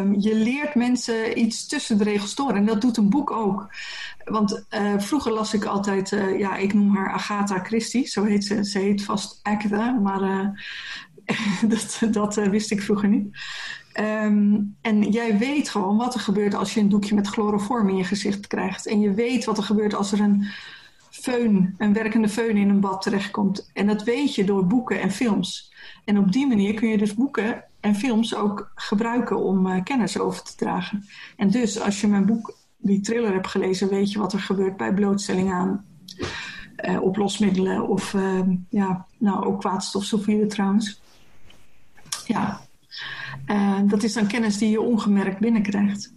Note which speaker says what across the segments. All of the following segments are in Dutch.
Speaker 1: je leert mensen iets tussen de regels door. En dat doet een boek ook. Want vroeger las ik altijd, ik noem haar Agatha Christie. Zo heet ze. Ze heet vast Agatha, maar dat wist ik vroeger niet. En jij weet gewoon wat er gebeurt als je een doekje met chloroform in je gezicht krijgt. En je weet wat er gebeurt als er een werkende föhn in een bad terechtkomt. En dat weet je door boeken en films. En op die manier kun je dus boeken en films ook gebruiken om kennis over te dragen. En dus als je mijn boek, die thriller, hebt gelezen, weet je wat er gebeurt bij blootstelling aan oplosmiddelen of ook kwaadstofsulfide trouwens. Ja, dat is dan kennis die je ongemerkt binnenkrijgt.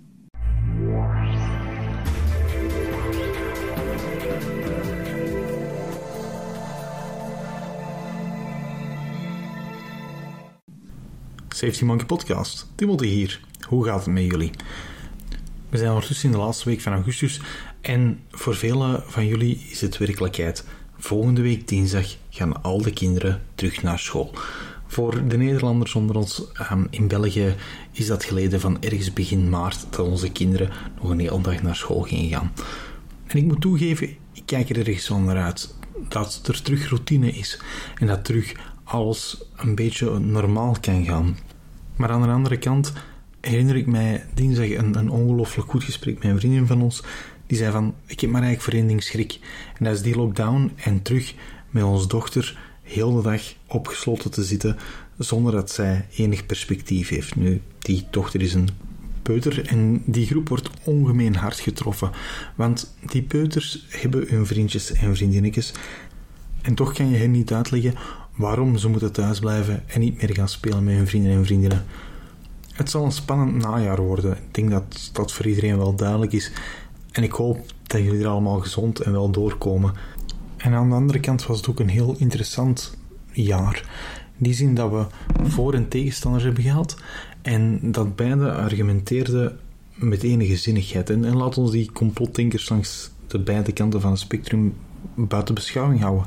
Speaker 2: Safety Monkey Podcast. Timothy hier. Hoe gaat het met jullie? We zijn ondertussen in de laatste week van augustus en voor velen van jullie is het werkelijkheid. Volgende week dinsdag gaan al de kinderen terug naar school. Voor de Nederlanders onder ons in België is dat geleden van ergens begin maart dat onze kinderen nog een hele dag naar school gingen gaan. En ik moet toegeven, ik kijk er ergens zo naar uit dat er terug routine is en dat terug alles een beetje normaal kan gaan. Maar aan de andere kant herinner ik mij dinsdag een ongelooflijk goed gesprek met een vriendin van ons. Die zei van, ik heb maar eigenlijk voor één ding schrik. En dat is die lockdown en terug met onze dochter heel de dag opgesloten te zitten zonder dat zij enig perspectief heeft. Nu, die dochter is een peuter en die groep wordt ongemeen hard getroffen. Want die peuters hebben hun vriendjes en vriendinnetjes. En toch kan je hen niet uitleggen waarom ze moeten thuisblijven en niet meer gaan spelen met hun vrienden en vriendinnen. Het zal een spannend najaar worden. Ik denk dat dat voor iedereen wel duidelijk is. En ik hoop dat jullie er allemaal gezond en wel doorkomen. En aan de andere kant was het ook een heel interessant jaar. In die zin dat we voor- en tegenstanders hebben gehad. En dat beide argumenteerden met enige zinnigheid. En laat ons die complotdenkers langs de beide kanten van het spectrum buiten beschouwing houden.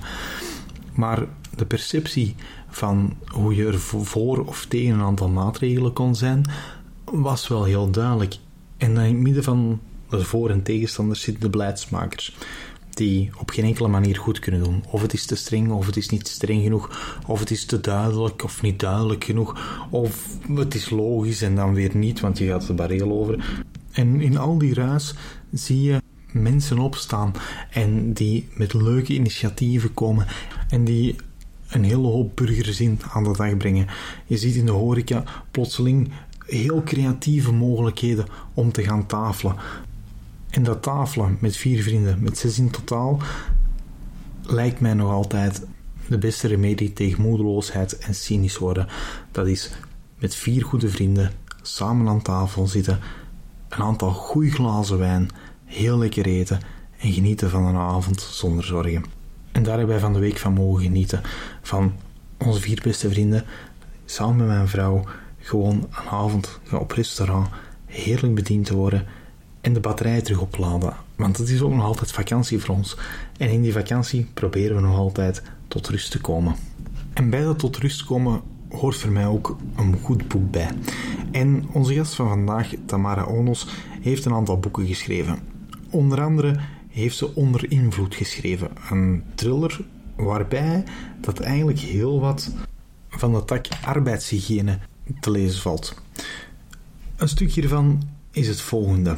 Speaker 2: Maar de perceptie van hoe je er voor of tegen een aantal maatregelen kon zijn, was wel heel duidelijk. En in het midden van de voor- en tegenstanders zitten de beleidsmakers, die op geen enkele manier goed kunnen doen. Of het is te streng, of het is niet streng genoeg, of het is te duidelijk, of niet duidelijk genoeg, of het is logisch en dan weer niet, want je gaat er bareel over. En in al die ruis zie je mensen opstaan en die met leuke initiatieven komen en die een hele hoop burgerzin aan de dag brengen. Je ziet in de horeca plotseling heel creatieve mogelijkheden om te gaan tafelen. En dat tafelen met 4 vrienden, met 6 in totaal, lijkt mij nog altijd de beste remedie tegen moedeloosheid en cynisch worden. Dat is met 4 goede vrienden samen aan tafel zitten, een aantal goede glazen wijn, heel lekker eten en genieten van een avond zonder zorgen. En daar hebben wij van de week van mogen genieten. Van onze 4 beste vrienden, samen met mijn vrouw, gewoon een avond op restaurant, heerlijk bediend te worden en de batterij terug opladen. Want het is ook nog altijd vakantie voor ons. En in die vakantie proberen we nog altijd tot rust te komen. En bij dat tot rust komen hoort voor mij ook een goed boek bij. En onze gast van vandaag, Tamara Onos, heeft een aantal boeken geschreven. Onder andere heeft ze Onder Invloed geschreven. Een thriller waarbij dat eigenlijk heel wat van de tak arbeidshygiëne te lezen valt. Een stukje hiervan is het volgende.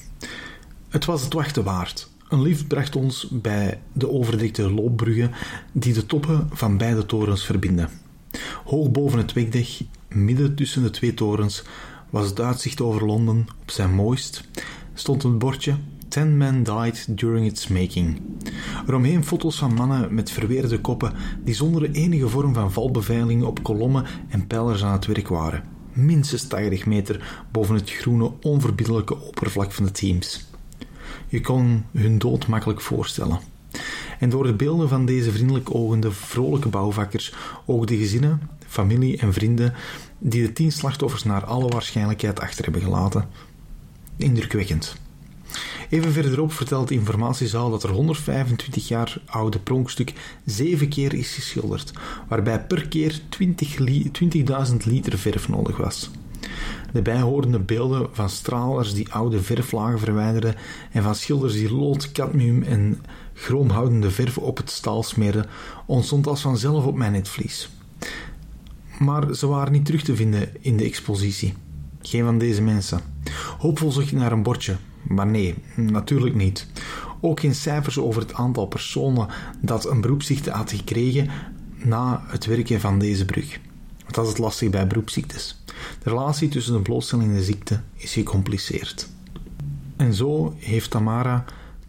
Speaker 2: Het was het wachten waard. Een lift bracht ons bij de overdekte loopbruggen die de toppen van beide torens verbinden. Hoog boven het wegdek, midden tussen de 2 torens, was het uitzicht over Londen op zijn mooist, stond een bordje 10 men died during its making. Eromheen foto's van mannen met verweerde koppen die zonder enige vorm van valbeveiliging op kolommen en pijlers aan het werk waren. Minstens 80 meter boven het groene, onverbiddelijke oppervlak van de Theems. Je kon hun dood makkelijk voorstellen. En door de beelden van deze vriendelijk ogende, vrolijke bouwvakkers oogden gezinnen, familie en vrienden die de 10 slachtoffers naar alle waarschijnlijkheid achter hebben gelaten. Indrukwekkend. Even verderop vertelt de informatiezaal dat er 125 jaar oude pronkstuk 7 keer is geschilderd, waarbij per keer 20.000 liter verf nodig was. De bijhorende beelden van stralers die oude verflagen verwijderden en van schilders die lood, cadmium en chroomhoudende verf op het staal smeerden, ontstond als vanzelf op mijn netvlies. Maar ze waren niet terug te vinden in de expositie. Geen van deze mensen. Hoopvol zocht ik naar een bordje, maar nee, natuurlijk niet. Ook geen cijfers over het aantal personen dat een beroepsziekte had gekregen na het werken van deze brug. Want dat is het lastig bij beroepsziektes. De relatie tussen de blootstelling en de ziekte is gecompliceerd. En zo heeft Tamara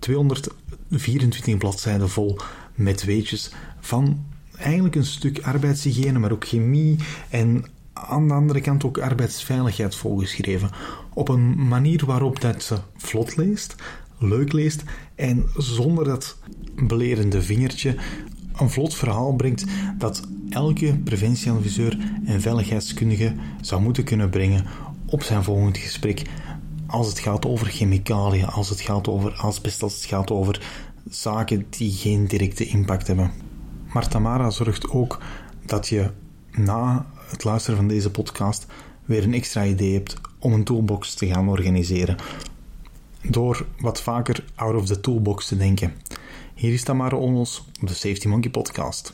Speaker 2: 224 bladzijden vol met weetjes van eigenlijk een stuk arbeidshygiëne, maar ook chemie en aan de andere kant ook arbeidsveiligheid volgeschreven. Op een manier waarop dat ze vlot leest, leuk leest en zonder dat belerende vingertje een vlot verhaal brengt dat elke preventieadviseur en veiligheidskundige zou moeten kunnen brengen op zijn volgend gesprek als het gaat over chemicaliën, als het gaat over asbest, als het gaat over zaken die geen directe impact hebben. Maar Tamara zorgt ook dat je na het luisteren van deze podcast weer een extra idee hebt om een toolbox te gaan organiseren. Door wat vaker out of the toolbox te denken. Hier is Tamara Onos op de Safety Monkey podcast.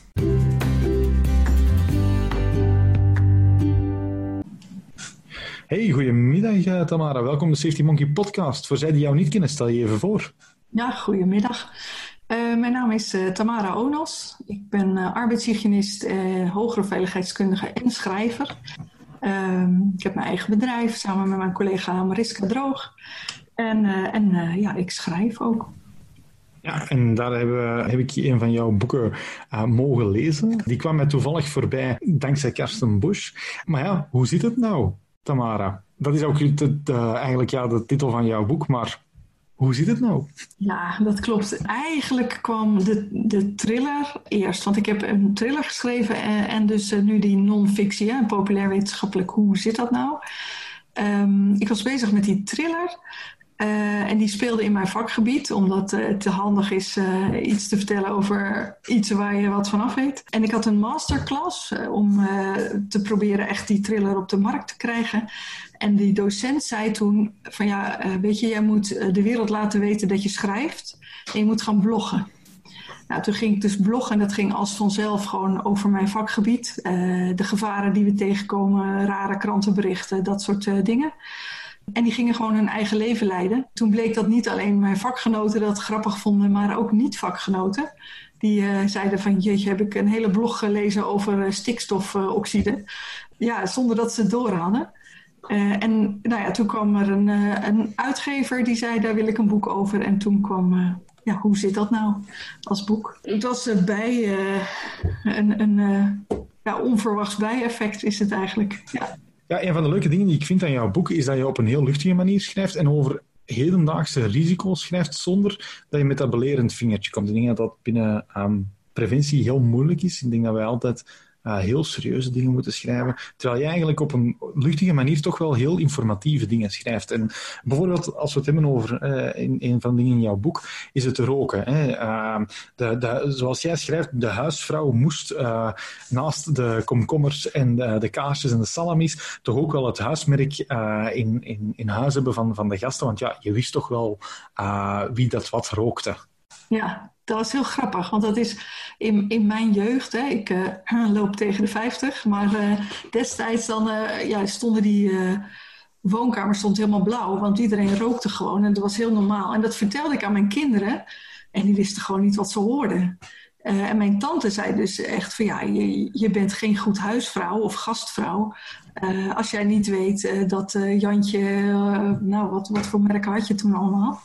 Speaker 2: Hey, goedemiddag Tamara. Welkom op de Safety Monkey podcast. Voor zij die jou niet kennen, stel je even voor.
Speaker 1: Ja, goedemiddag. Mijn naam is Tamara Onos. Ik ben arbeidshygiënist, hogere veiligheidskundige en schrijver. Ik heb mijn eigen bedrijf samen met mijn collega Mariska Droog. En ik schrijf ook.
Speaker 2: Ja, en daar heb ik een van jouw boeken mogen lezen. Die kwam mij toevallig voorbij dankzij Karsten Busch. Maar ja, hoe zit het nou, Tamara? Dat is ook eigenlijk de titel van jouw boek, maar hoe zit het nou?
Speaker 1: Ja, dat klopt. Eigenlijk kwam de thriller eerst. Want ik heb een thriller geschreven en dus nu die non-fictie, populair wetenschappelijk. Hoe zit dat nou? Ik was bezig met die thriller. En die speelde in mijn vakgebied, omdat het te handig is iets te vertellen over iets waar je wat van af weet. En ik had een masterclass om te proberen echt die thriller op de markt te krijgen. En die docent zei toen van weet je, jij moet de wereld laten weten dat je schrijft en je moet gaan bloggen. Nou, toen ging ik dus bloggen en dat ging als vanzelf gewoon over mijn vakgebied. De gevaren die we tegenkomen, rare krantenberichten, dat soort dingen. En die gingen gewoon hun eigen leven leiden. Toen bleek dat niet alleen mijn vakgenoten dat grappig vonden, maar ook niet-vakgenoten. Die zeiden van, jeetje, heb ik een hele blog gelezen over stikstofoxide. Ja, zonder dat ze het door hadden. Toen kwam er een uitgever die zei, daar wil ik een boek over. En toen kwam, hoe zit dat nou als boek? Het was bij een onverwachts bijeffect is het eigenlijk, ja.
Speaker 2: Ja, een van de leuke dingen die ik vind aan jouw boek is dat je op een heel luchtige manier schrijft en over hedendaagse risico's schrijft zonder dat je met dat belerend vingertje komt. Ik denk dat dat binnen preventie heel moeilijk is. Ik denk dat wij altijd heel serieuze dingen moeten schrijven, terwijl je eigenlijk op een luchtige manier toch wel heel informatieve dingen schrijft. En bijvoorbeeld, als we het hebben over een van de dingen in jouw boek, is het roken. Hè? Zoals jij schrijft, de huisvrouw moest naast de komkommers en de kaarsjes en de salamis toch ook wel het huismerk in huis hebben van de gasten, want ja, je wist toch wel wie dat wat rookte.
Speaker 1: Ja, dat was heel grappig, want dat is in mijn jeugd, hè, ik loop tegen de 50, maar destijds dan stonden die woonkamer stond helemaal blauw, want iedereen rookte gewoon en dat was heel normaal. En dat vertelde ik aan mijn kinderen en die wisten gewoon niet wat ze hoorden. En mijn tante zei dus echt van je bent geen goed huisvrouw of gastvrouw als jij niet weet dat Jantje, wat voor merk had je toen allemaal?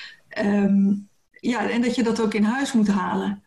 Speaker 1: En dat je dat ook in huis moet halen.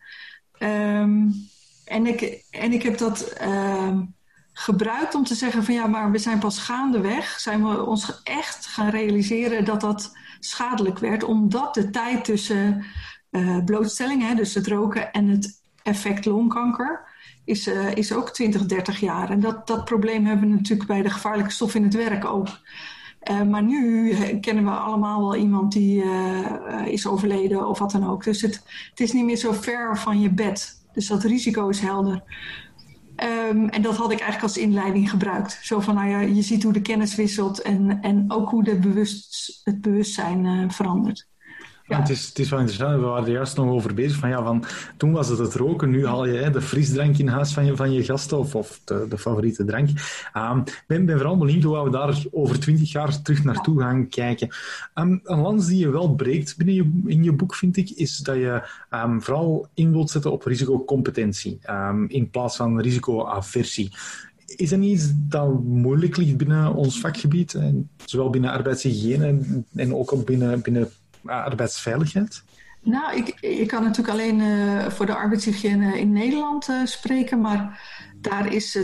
Speaker 1: En ik heb dat gebruikt om te zeggen van maar we zijn pas gaandeweg, zijn we ons echt gaan realiseren dat dat schadelijk werd, omdat de tijd tussen blootstelling, dus het roken en het effect longkanker, is ook 20, 30 jaar. En dat probleem hebben we natuurlijk bij de gevaarlijke stof in het werk ook. Maar nu kennen we allemaal wel iemand die is overleden of wat dan ook. Dus het is niet meer zo ver van je bed. Dus dat risico is helder. En dat had ik eigenlijk als inleiding gebruikt. Zo van, nou ja, je ziet hoe de kennis wisselt en ook hoe het bewustzijn verandert.
Speaker 2: Ja. Het is wel interessant, we waren er juist nog over bezig van toen was het roken, nu haal je de frisdrank in huis van je gasten of de favoriete drank. Ik ben vooral benieuwd hoe we daar over 20 jaar terug naartoe gaan kijken. Een lans die je wel breekt in je boek, vind ik, is dat je vooral in wilt zetten op risicocompetentie in plaats van risicoaversie. Is dat niet iets dat moeilijk ligt binnen ons vakgebied, zowel binnen arbeidshygiëne en ook al binnen arbeidsveiligheid?
Speaker 1: Nou, ik kan natuurlijk alleen voor de arbeidshygiëne in Nederland spreken, maar daar is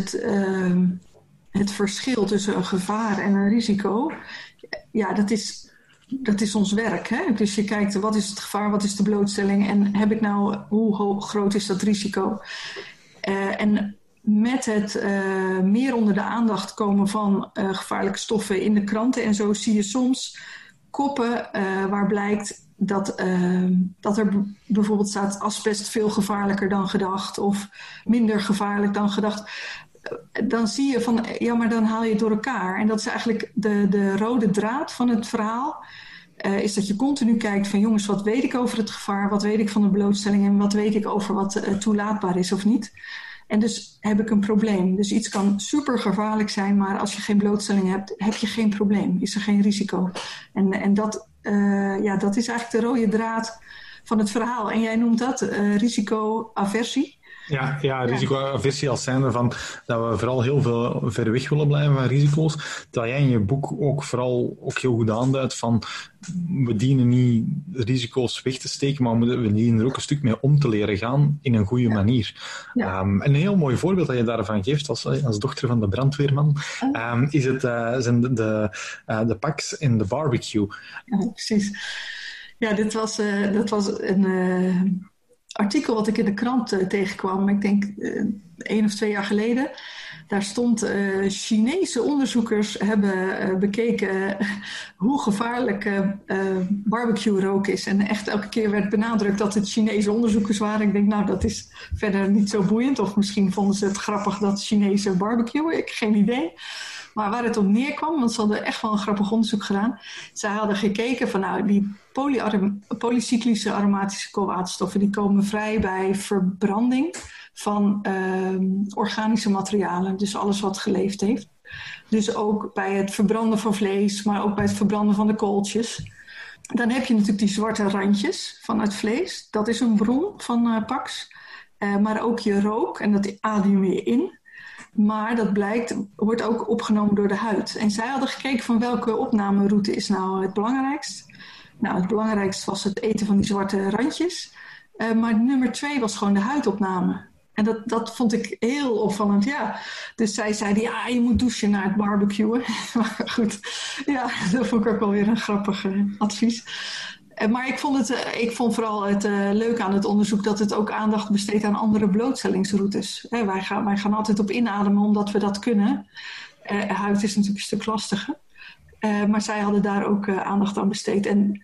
Speaker 1: het verschil tussen een gevaar en een risico. Ja, dat is ons werk. Hè? Dus je kijkt, wat is het gevaar, wat is de blootstelling en hoe groot is dat risico? En met het meer onder de aandacht komen van gevaarlijke stoffen in de kranten en zo zie je soms koppen waar blijkt dat er bijvoorbeeld staat asbest veel gevaarlijker dan gedacht of minder gevaarlijk dan gedacht. Dan zie je van, ja, maar dan haal je het door elkaar. En dat is eigenlijk de rode draad van het verhaal. Is dat je continu kijkt van, jongens, wat weet ik over het gevaar? Wat weet ik van de blootstelling? En wat weet ik over wat toelaatbaar is of niet? En dus heb ik een probleem. Dus iets kan super gevaarlijk zijn, maar als je geen blootstelling hebt, heb je geen probleem. Is er geen risico. En dat is eigenlijk de rode draad van het verhaal. En jij noemt dat risicoaversie.
Speaker 2: Ja, risicoaversie als zijnde van dat we vooral heel veel ver weg willen blijven van risico's. Terwijl jij in je boek ook vooral heel goed aanduidt van we dienen niet risico's weg te steken, maar we dienen er ook een stuk mee om te leren gaan in een goede manier. Ja. Een heel mooi voorbeeld dat je daarvan geeft als dochter van de brandweerman zijn de paks en de barbecue.
Speaker 1: Ja, precies. Ja, dat was een artikel wat ik in de krant tegenkwam, ik denk 1 of 2 jaar geleden. Daar stond Chinese onderzoekers hebben bekeken hoe gevaarlijk barbecue rook is. En echt elke keer werd benadrukt dat het Chinese onderzoekers waren. Ik denk, nou, dat is verder niet zo boeiend. Of misschien vonden ze het grappig dat Chinese barbecue. Ik heb geen idee. Maar waar het op neerkwam, want ze hadden echt wel een grappig onderzoek gedaan. Zij hadden gekeken van, nou, die polycyclische aromatische koolwaterstoffen, die komen vrij bij verbranding van organische materialen. Dus alles wat geleefd heeft. Dus ook bij het verbranden van vlees, maar ook bij het verbranden van de kooltjes. Dan heb je natuurlijk die zwarte randjes van het vlees. Dat is een bron van PAX. Maar ook je rook, en dat adem je in. Maar dat wordt ook opgenomen door de huid. En zij hadden gekeken van welke opnameroute is nou het belangrijkst. Nou, het belangrijkste was het eten van die zwarte randjes. Maar nummer 2 was gewoon de huidopname. En dat vond ik heel opvallend, ja. Dus zij zeiden, ja, je moet douchen na het barbecuen. Maar goed, ja, dat vond ik ook wel weer een grappig advies. Maar ik vond vooral het leuke aan het onderzoek dat het ook aandacht besteedt aan andere blootstellingsroutes. Wij gaan altijd op inademen omdat we dat kunnen. Huid is natuurlijk een stuk lastiger. Maar zij hadden daar ook aandacht aan besteed. En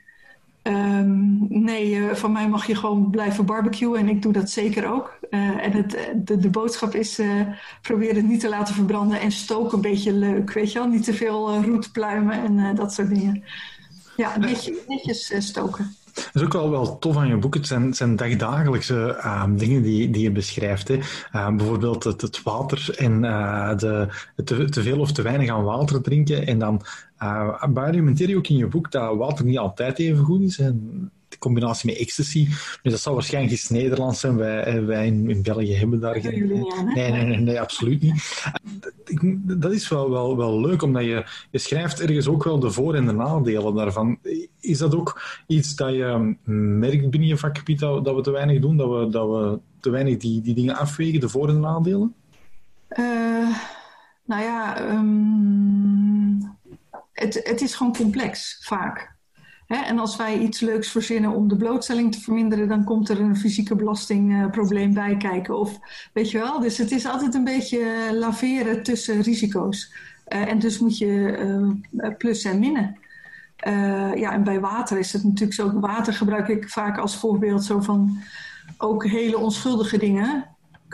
Speaker 1: van mij mag je gewoon blijven barbecuen en ik doe dat zeker ook. En de boodschap is, probeer het niet te laten verbranden en stook een beetje leuk. Weet je wel, niet te veel roetpluimen en dat soort dingen. Ja, netjes stoken.
Speaker 2: Dat is ook wel tof aan je boek. Het zijn dagdagelijkse dingen die je beschrijft. Hè. Bijvoorbeeld het water en te veel of te weinig aan water drinken. En dan argumenteer je ook in je boek dat water niet altijd even goed is. En de combinatie met ecstasy. Dus dat zou waarschijnlijk iets Nederlands zijn. Wij in België hebben daar geen... Nee, absoluut niet. Dat is wel leuk, omdat je schrijft ergens ook wel de voor- en de nadelen daarvan. Is dat ook iets dat je merkt binnen je vakgebied dat we te weinig doen? Dat we te weinig die dingen afwegen, de voor- en de nadelen?
Speaker 1: Het is gewoon complex, vaak. En als wij iets leuks verzinnen om de blootstelling te verminderen, dan komt er een fysieke belastingprobleem bij kijken. Of weet je wel, dus het is altijd een beetje laveren tussen risico's. En dus moet je plus en minnen. En bij water is het natuurlijk zo. Water gebruik ik vaak als voorbeeld zo van ook hele onschuldige dingen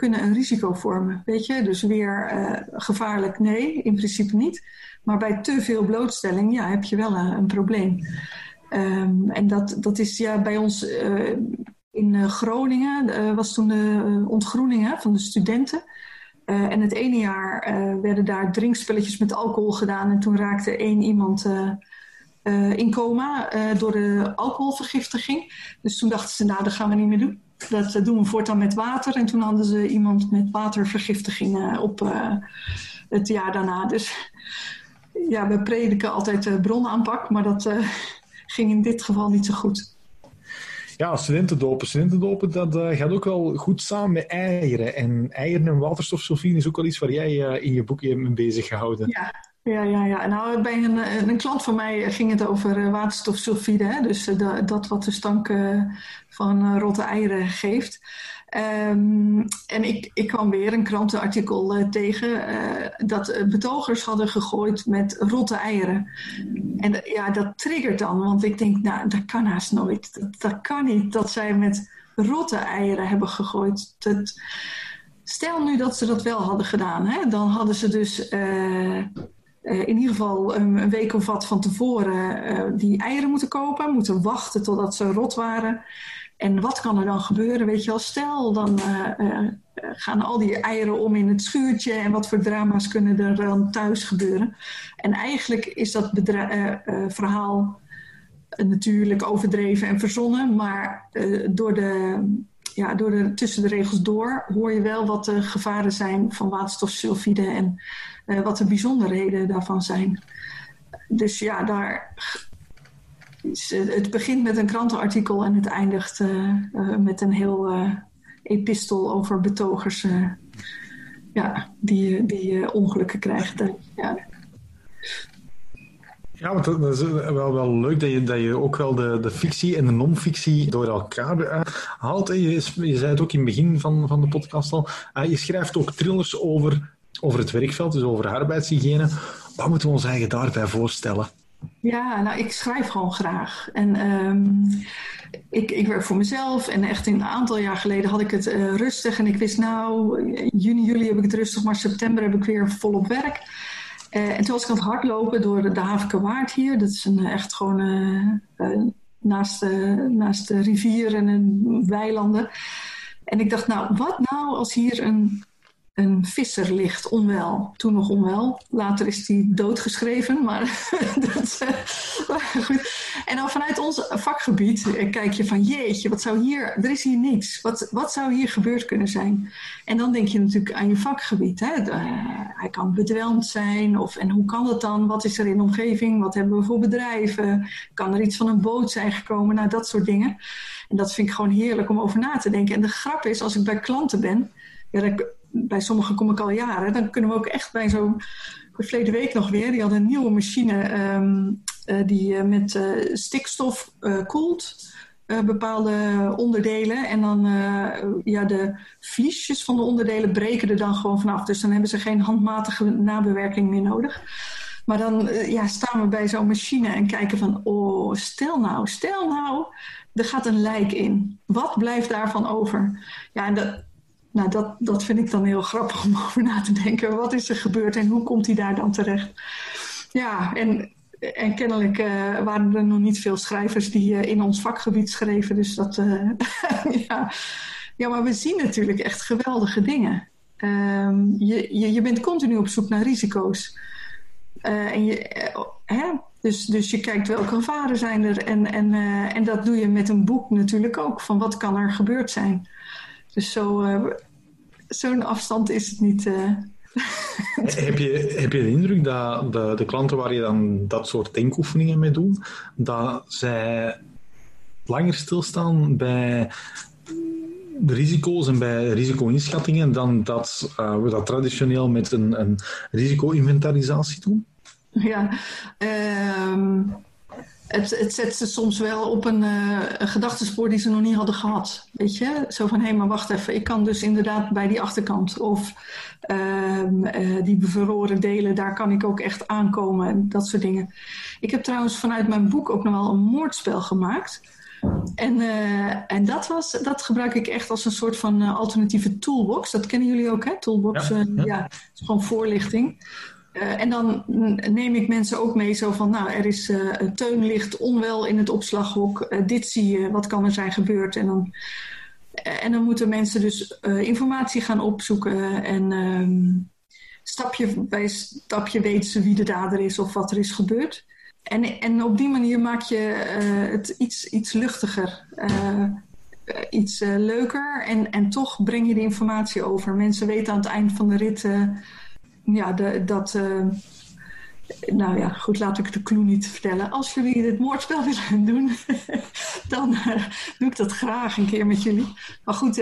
Speaker 1: kunnen een risico vormen. Weet je, dus weer gevaarlijk, nee, in principe niet. Maar bij te veel blootstelling, ja, heb je wel een probleem. En dat is bij ons in Groningen, was toen de ontgroening van de studenten. En het ene jaar werden daar drinkspelletjes met alcohol gedaan. En toen raakte iemand in coma door de alcoholvergiftiging. Dus toen dachten ze, nou, dat gaan we niet meer doen. Dat doen we voortaan met water. En toen hadden ze iemand met watervergiftiging op het jaar daarna. Dus ja, we prediken altijd bronaanpak. Maar dat ging in dit geval niet zo goed.
Speaker 2: Ja, studentendopen, dat gaat ook wel goed samen met eieren. En eieren en waterstofsulfide is ook wel iets waar jij in je boekje mee bezig gehouden.
Speaker 1: Ja. Nou, bij een klant van mij ging het over waterstofsulfide. Hè? Dus dat wat de stank van rotte eieren geeft. En ik kwam weer een krantenartikel tegen dat betogers hadden gegooid met rotte eieren. En ja, dat triggert dan, want ik denk, nou, dat kan haast nooit. Dat kan niet dat zij met rotte eieren hebben gegooid. Stel nu dat ze dat wel hadden gedaan, hè? Dan hadden ze dus in ieder geval een week of wat van tevoren die eieren moeten kopen, moeten wachten totdat ze rot waren. En wat kan er dan gebeuren, weet je wel? Stel, dan gaan al die eieren om in het schuurtje en wat voor drama's kunnen er dan thuis gebeuren. En eigenlijk is dat verhaal natuurlijk overdreven en verzonnen, maar tussen de regels door hoor je wel wat de gevaren zijn van waterstofsulfide en wat de bijzonderheden daarvan zijn. Dus ja, het begint met een krantenartikel en het eindigt met een heel epistel over betogers die ongelukken krijgen.
Speaker 2: Ja, want dat is wel leuk dat je ook wel de fictie en de non-fictie door elkaar haalt. Je zei het ook in het begin van de podcast al. Je schrijft ook thrillers over het werkveld, dus over arbeidshygiëne. Wat moeten we ons eigenlijk daarbij voorstellen?
Speaker 1: Ja, nou, ik schrijf gewoon graag. En ik werk voor mezelf. En echt een aantal jaar geleden had ik het rustig. En ik wist, nou, juni, juli heb ik het rustig. Maar september heb ik weer volop werk. En toen was ik aan het hardlopen door de Havenkerwaard hier. Dat is echt gewoon naast de rivier en weilanden. En ik dacht, nou, wat nou als hier een visser ligt, onwel. Toen nog onwel. Later is hij doodgeschreven, maar goed. En dan vanuit ons vakgebied kijk je van, jeetje, er is hier niks. Wat zou hier gebeurd kunnen zijn? En dan denk je natuurlijk aan je vakgebied. Hè? Hij kan bedwelmd zijn. En hoe kan dat dan? Wat is er in de omgeving? Wat hebben we voor bedrijven? Kan er iets van een boot zijn gekomen? Nou, dat soort dingen. En dat vind ik gewoon heerlijk om over na te denken. En de grap is, als ik bij klanten ben, bij sommigen kom ik al jaren. Dan kunnen we ook echt bij verleden week nog weer. Die hadden een nieuwe machine die met stikstof koelt. Bepaalde onderdelen. En dan de vliesjes van de onderdelen breken er dan gewoon vanaf. Dus dan hebben ze geen handmatige nabewerking meer nodig. Maar dan staan we bij zo'n machine en kijken van, oh, stel nou, er gaat een lijk in. Wat blijft daarvan over? Ja, en dat vind ik dan heel grappig om over na te denken. Wat is er gebeurd en hoe komt hij daar dan terecht? Ja, en kennelijk waren er nog niet veel schrijvers die in ons vakgebied schreven. Dus dat, Ja, maar we zien natuurlijk echt geweldige dingen. Je bent continu op zoek naar risico's. Dus je kijkt welke gevaren zijn er. En dat doe je met een boek natuurlijk ook. Van wat kan er gebeurd zijn? Dus zo'n afstand is het niet.
Speaker 2: Heb je de indruk dat de klanten waar je dan dat soort denkoefeningen mee doet, dat zij langer stilstaan bij de risico's en bij risico-inschattingen dan dat we dat traditioneel met een risico-inventarisatie doen?
Speaker 1: Ja, het zet ze soms wel op een gedachtenspoor die ze nog niet hadden gehad. Weet je? Zo van, hé, maar wacht even. Ik kan dus inderdaad bij die achterkant. Of die bevroren delen, daar kan ik ook echt aankomen. En dat soort dingen. Ik heb trouwens vanuit mijn boek ook nog wel een moordspel gemaakt. En dat gebruik ik echt als een soort van alternatieve toolbox. Dat kennen jullie ook, hè? Toolbox, ja, het is gewoon voorlichting. En dan neem ik mensen ook mee zo van, nou, er is Teun ligt onwel in het opslaghok. Dit zie je, wat kan er zijn gebeurd? En dan moeten mensen dus informatie gaan opzoeken. En stapje bij stapje weten ze wie de dader is of wat er is gebeurd. En op die manier maak je het iets luchtiger. Iets leuker. En toch breng je de informatie over. Mensen weten aan het eind van de rit... nou ja, goed, laat ik de clue niet vertellen. Als jullie dit moordspel willen doen, dan doe ik dat graag een keer met jullie. Maar goed,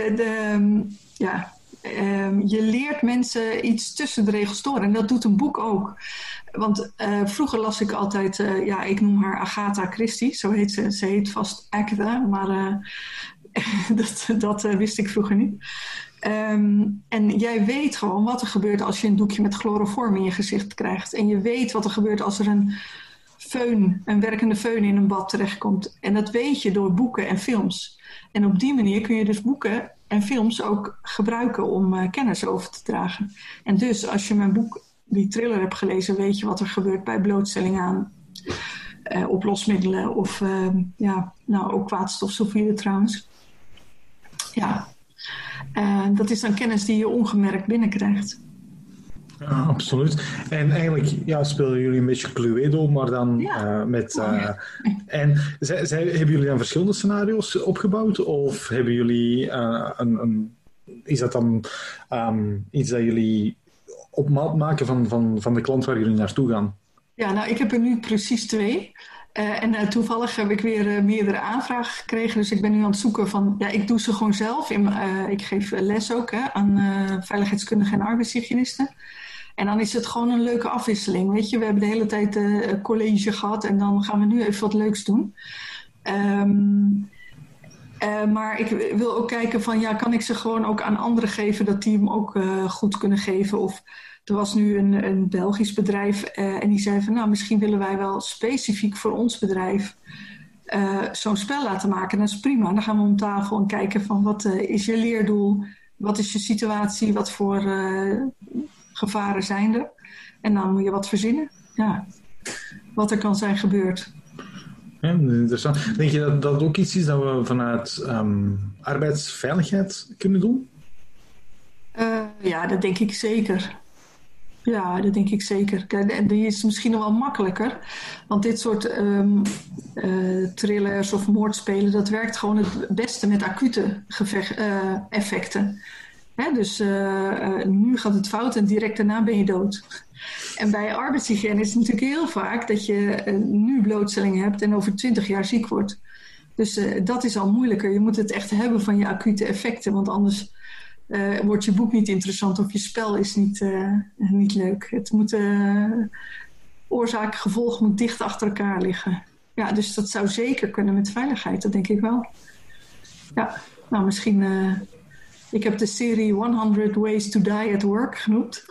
Speaker 1: je leert mensen iets tussen de regels door. En dat doet een boek ook. Want vroeger las ik altijd, ik noem haar Agatha Christie. Zo heet ze. Ze heet vast Agatha, maar dat wist ik vroeger niet. En jij weet gewoon wat er gebeurt als je een doekje met chloroform in je gezicht krijgt. En je weet wat er gebeurt als er een werkende föhn in een bad terechtkomt. En dat weet je door boeken en films. En op die manier kun je dus boeken en films ook gebruiken om kennis over te dragen. En dus als je mijn boek, die thriller, hebt gelezen, weet je wat er gebeurt bij blootstelling aan oplosmiddelen of ook kwaadstofsulfide trouwens. Ja. Dat is dan kennis die je ongemerkt binnenkrijgt.
Speaker 2: Ja, absoluut. En eigenlijk spelen jullie een beetje Cluedo, maar dan met... En hebben jullie dan verschillende scenario's opgebouwd? Of hebben jullie is dat dan iets dat jullie op maat maken van de klant waar jullie naartoe gaan? Ja, nou, ik heb er nu precies 2. Toevallig heb ik weer meerdere aanvragen gekregen. Dus ik ben nu aan het zoeken van... Ja, ik doe ze gewoon zelf. Ik geef les ook aan veiligheidskundigen en arbeidshygiënisten. En dan is het gewoon een leuke afwisseling. Weet je, we hebben de hele tijd college gehad. En dan gaan we nu even wat leuks doen. Maar ik wil ook kijken van... kan ik ze gewoon ook aan anderen geven... dat die hem ook goed kunnen geven. Of... Er was nu een Belgisch bedrijf en die zei van... misschien willen wij wel specifiek voor ons bedrijf zo'n spel laten maken. Dat is prima. Dan gaan we om tafel en kijken van wat is je leerdoel? Wat is je situatie? Wat voor gevaren zijn er? En dan moet je wat verzinnen. Ja, wat er kan zijn gebeurd. Ja, interessant. Denk je dat dat ook iets is dat we vanuit arbeidsveiligheid kunnen doen?
Speaker 1: Ja, dat denk ik zeker. Ja, dat denk ik zeker. En die is misschien nog wel makkelijker. Want dit soort thrillers of moordspelen... dat werkt gewoon het beste met acute effecten. Hè? Dus nu gaat het fout en direct daarna ben je dood. En bij arbeidshygiëne is het natuurlijk heel vaak... dat je nu blootstelling hebt en over 20 jaar ziek wordt. Dus dat is al moeilijker. Je moet het echt hebben van je acute effecten. Want anders... wordt je boek niet interessant of je spel is niet leuk. Het moet oorzaak gevolg moet dicht achter elkaar liggen. Ja, dus dat zou zeker kunnen met veiligheid, dat denk ik wel. Ja, nou misschien... ik heb de serie 100 Ways to Die at Work genoemd.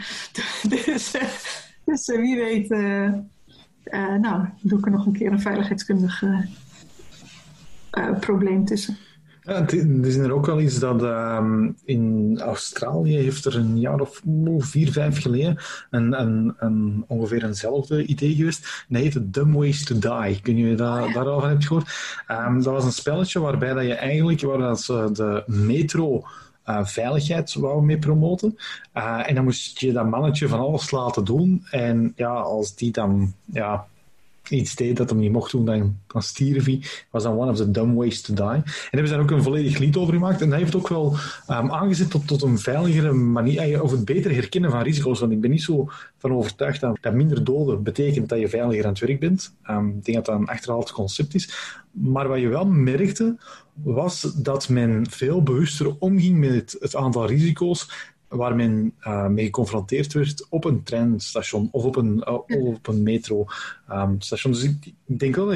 Speaker 1: dus wie weet... doe ik er nog een keer een veiligheidskundig probleem tussen.
Speaker 2: Ja, het is er ook wel iets dat in Australië heeft er een jaar of 4, 5 geleden een ongeveer eenzelfde idee geweest. En dat heette Dumb Ways to Die. Kun je daar al van hebben gehoord? Dat was een spelletje waarbij dat je eigenlijk waar ze de metro veiligheid wou mee promoten. En dan moest je dat mannetje van alles laten doen. En ja, als die dan... iets deed dat hem niet mocht doen, dan stierf hij. Was dan one of the dumb ways to die. En daar hebben ze daar ook een volledig lied over gemaakt. En dat heeft ook wel aangezet tot een veiligere manier, of het beter herkennen van risico's. Want ik ben niet zo van overtuigd dat minder doden betekent dat je veiliger aan het werk bent. Ik denk dat dat een achterhaald concept is. Maar wat je wel merkte, was dat men veel bewuster omging met het aantal risico's waar men mee geconfronteerd werd op een treinstation of op een metrostation. Dus ik denk wel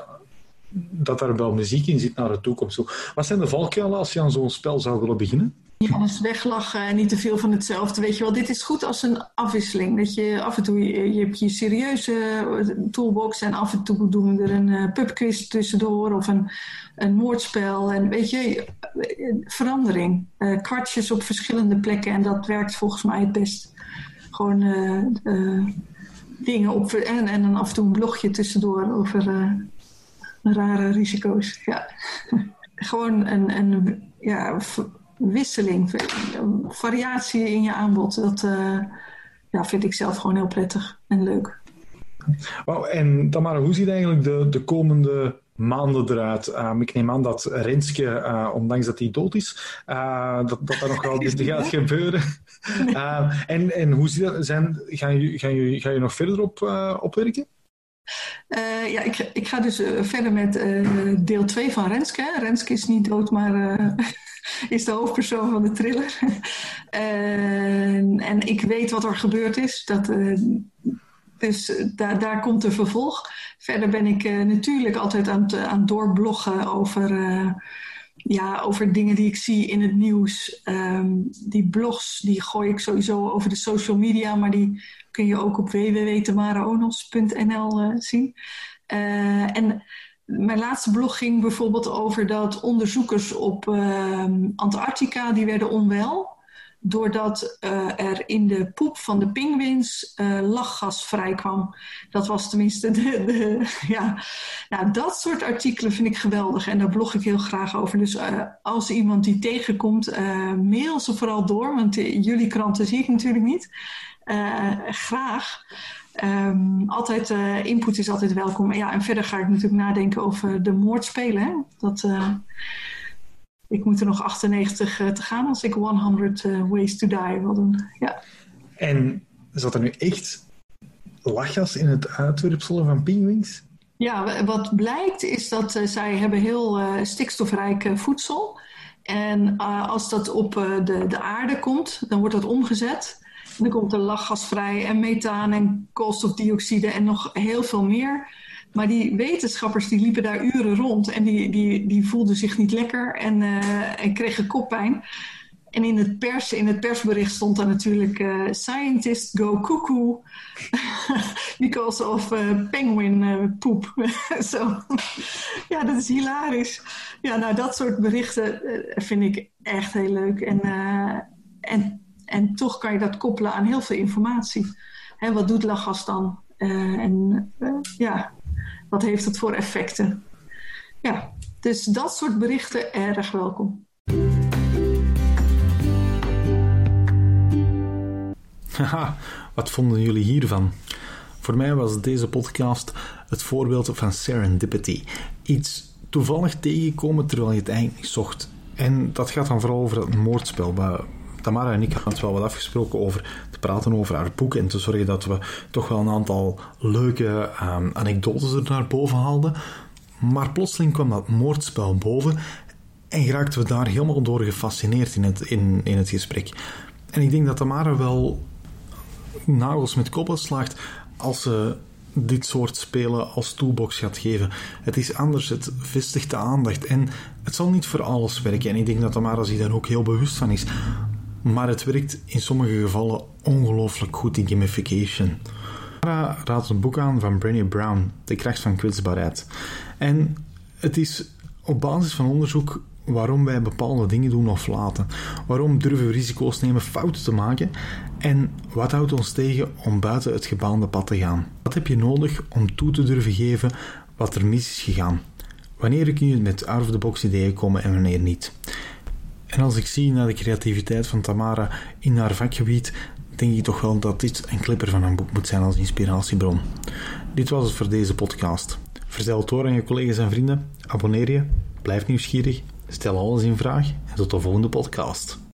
Speaker 2: dat daar wel muziek in zit naar de toekomst toe. Wat zijn de valkuilen als je aan zo'n spel zou willen beginnen?
Speaker 1: Niet alles weglachen en niet te veel van hetzelfde. Weet je wel, dit is goed als een afwisseling. Dat je af en toe, je hebt je serieuze toolbox en af en toe doen we er een pubquiz tussendoor of een moordspel. En weet je, verandering. Kwartjes op verschillende plekken en dat werkt volgens mij het best. Gewoon dingen op en dan af en toe een blogje tussendoor over rare risico's. Ja. Gewoon een wisseling, variatie in je aanbod. Dat vind ik zelf gewoon heel prettig en leuk.
Speaker 2: Wow, en Tamara, hoe ziet eigenlijk de komende maanden eruit? Ik neem aan dat Renske, ondanks dat hij dood is, dat er nog wel dit gaat gebeuren. En hoe ziet dat? Ga je nog verder op werken?
Speaker 1: Ik ga dus verder met deel 2 van Renske. Renske is niet dood, maar is de hoofdpersoon van de thriller. En ik weet wat er gebeurd is. Dus daar komt een vervolg. Verder ben ik natuurlijk altijd aan het doorbloggen over dingen die ik zie in het nieuws. Die blogs die gooi ik sowieso over de social media, maar die kun je ook op www.tamaraonos.nl zien. En mijn laatste blog ging bijvoorbeeld over dat onderzoekers op Antarctica, die werden onwel. Doordat er in de poep van de pinguïns lachgas vrijkwam. Dat was tenminste dat soort artikelen vind ik geweldig. En daar blog ik heel graag over. Dus als iemand die tegenkomt, mail ze vooral door. Want jullie kranten zie ik natuurlijk niet. Graag. Input is altijd welkom. En verder ga ik natuurlijk nadenken over de moordspelen. Ik moet er nog 98 te gaan als ik 100 Ways to Die wil doen. Ja.
Speaker 2: En zat er nu echt lachgas in het uitwerpsel van pinguïns?
Speaker 1: Ja, wat blijkt is dat zij hebben heel stikstofrijk voedsel. En als dat op de aarde komt, dan wordt dat omgezet. En dan komt er lachgas vrij en methaan en koolstofdioxide en nog heel veel meer. Maar die wetenschappers die liepen daar uren rond en die voelden zich niet lekker en kregen koppijn. En in het persbericht stond dan natuurlijk scientists go cuckoo because of penguin poep. Zo. Ja, dat is hilarisch. Ja, nou dat soort berichten vind ik echt heel leuk. En toch kan je dat koppelen aan heel veel informatie. Hè, wat doet lachgas dan? Wat heeft het voor effecten? Ja, dus dat soort berichten erg welkom.
Speaker 2: Haha, wat vonden jullie hiervan? Voor mij was deze podcast het voorbeeld van serendipity. Iets toevallig tegenkomen terwijl je het eigenlijk niet zocht. En dat gaat dan vooral over het moordspel. Tamara en ik hadden het wel wat afgesproken over te praten over haar boek en te zorgen dat we toch wel een aantal leuke anekdotes er naar boven haalden. Maar plotseling kwam dat moordspel boven en raakten we daar helemaal door gefascineerd in het gesprek. En ik denk dat Tamara wel nagels met koppen slaagt als ze dit soort spelen als toolbox gaat geven. Het is anders, het vestigt de aandacht en het zal niet voor alles werken. En ik denk dat Tamara zich daar ook heel bewust van is. Maar het werkt in sommige gevallen ongelooflijk goed in gamification. Tamara raadt een boek aan van Brené Brown, De kracht van kwetsbaarheid. En het is op basis van onderzoek waarom wij bepaalde dingen doen of laten. Waarom durven we risico's nemen, fouten te maken? En wat houdt ons tegen om buiten het gebaande pad te gaan? Wat heb je nodig om toe te durven geven wat er mis is gegaan? Wanneer kun je met out-of-the-box ideeën komen en wanneer niet? En als ik zie naar de creativiteit van Tamara in haar vakgebied, denk ik toch wel dat dit een clipper van een boek moet zijn als inspiratiebron. Dit was het voor deze podcast. Vertel het door aan je collega's en vrienden. Abonneer je. Blijf nieuwsgierig. Stel alles in vraag. En tot de volgende podcast.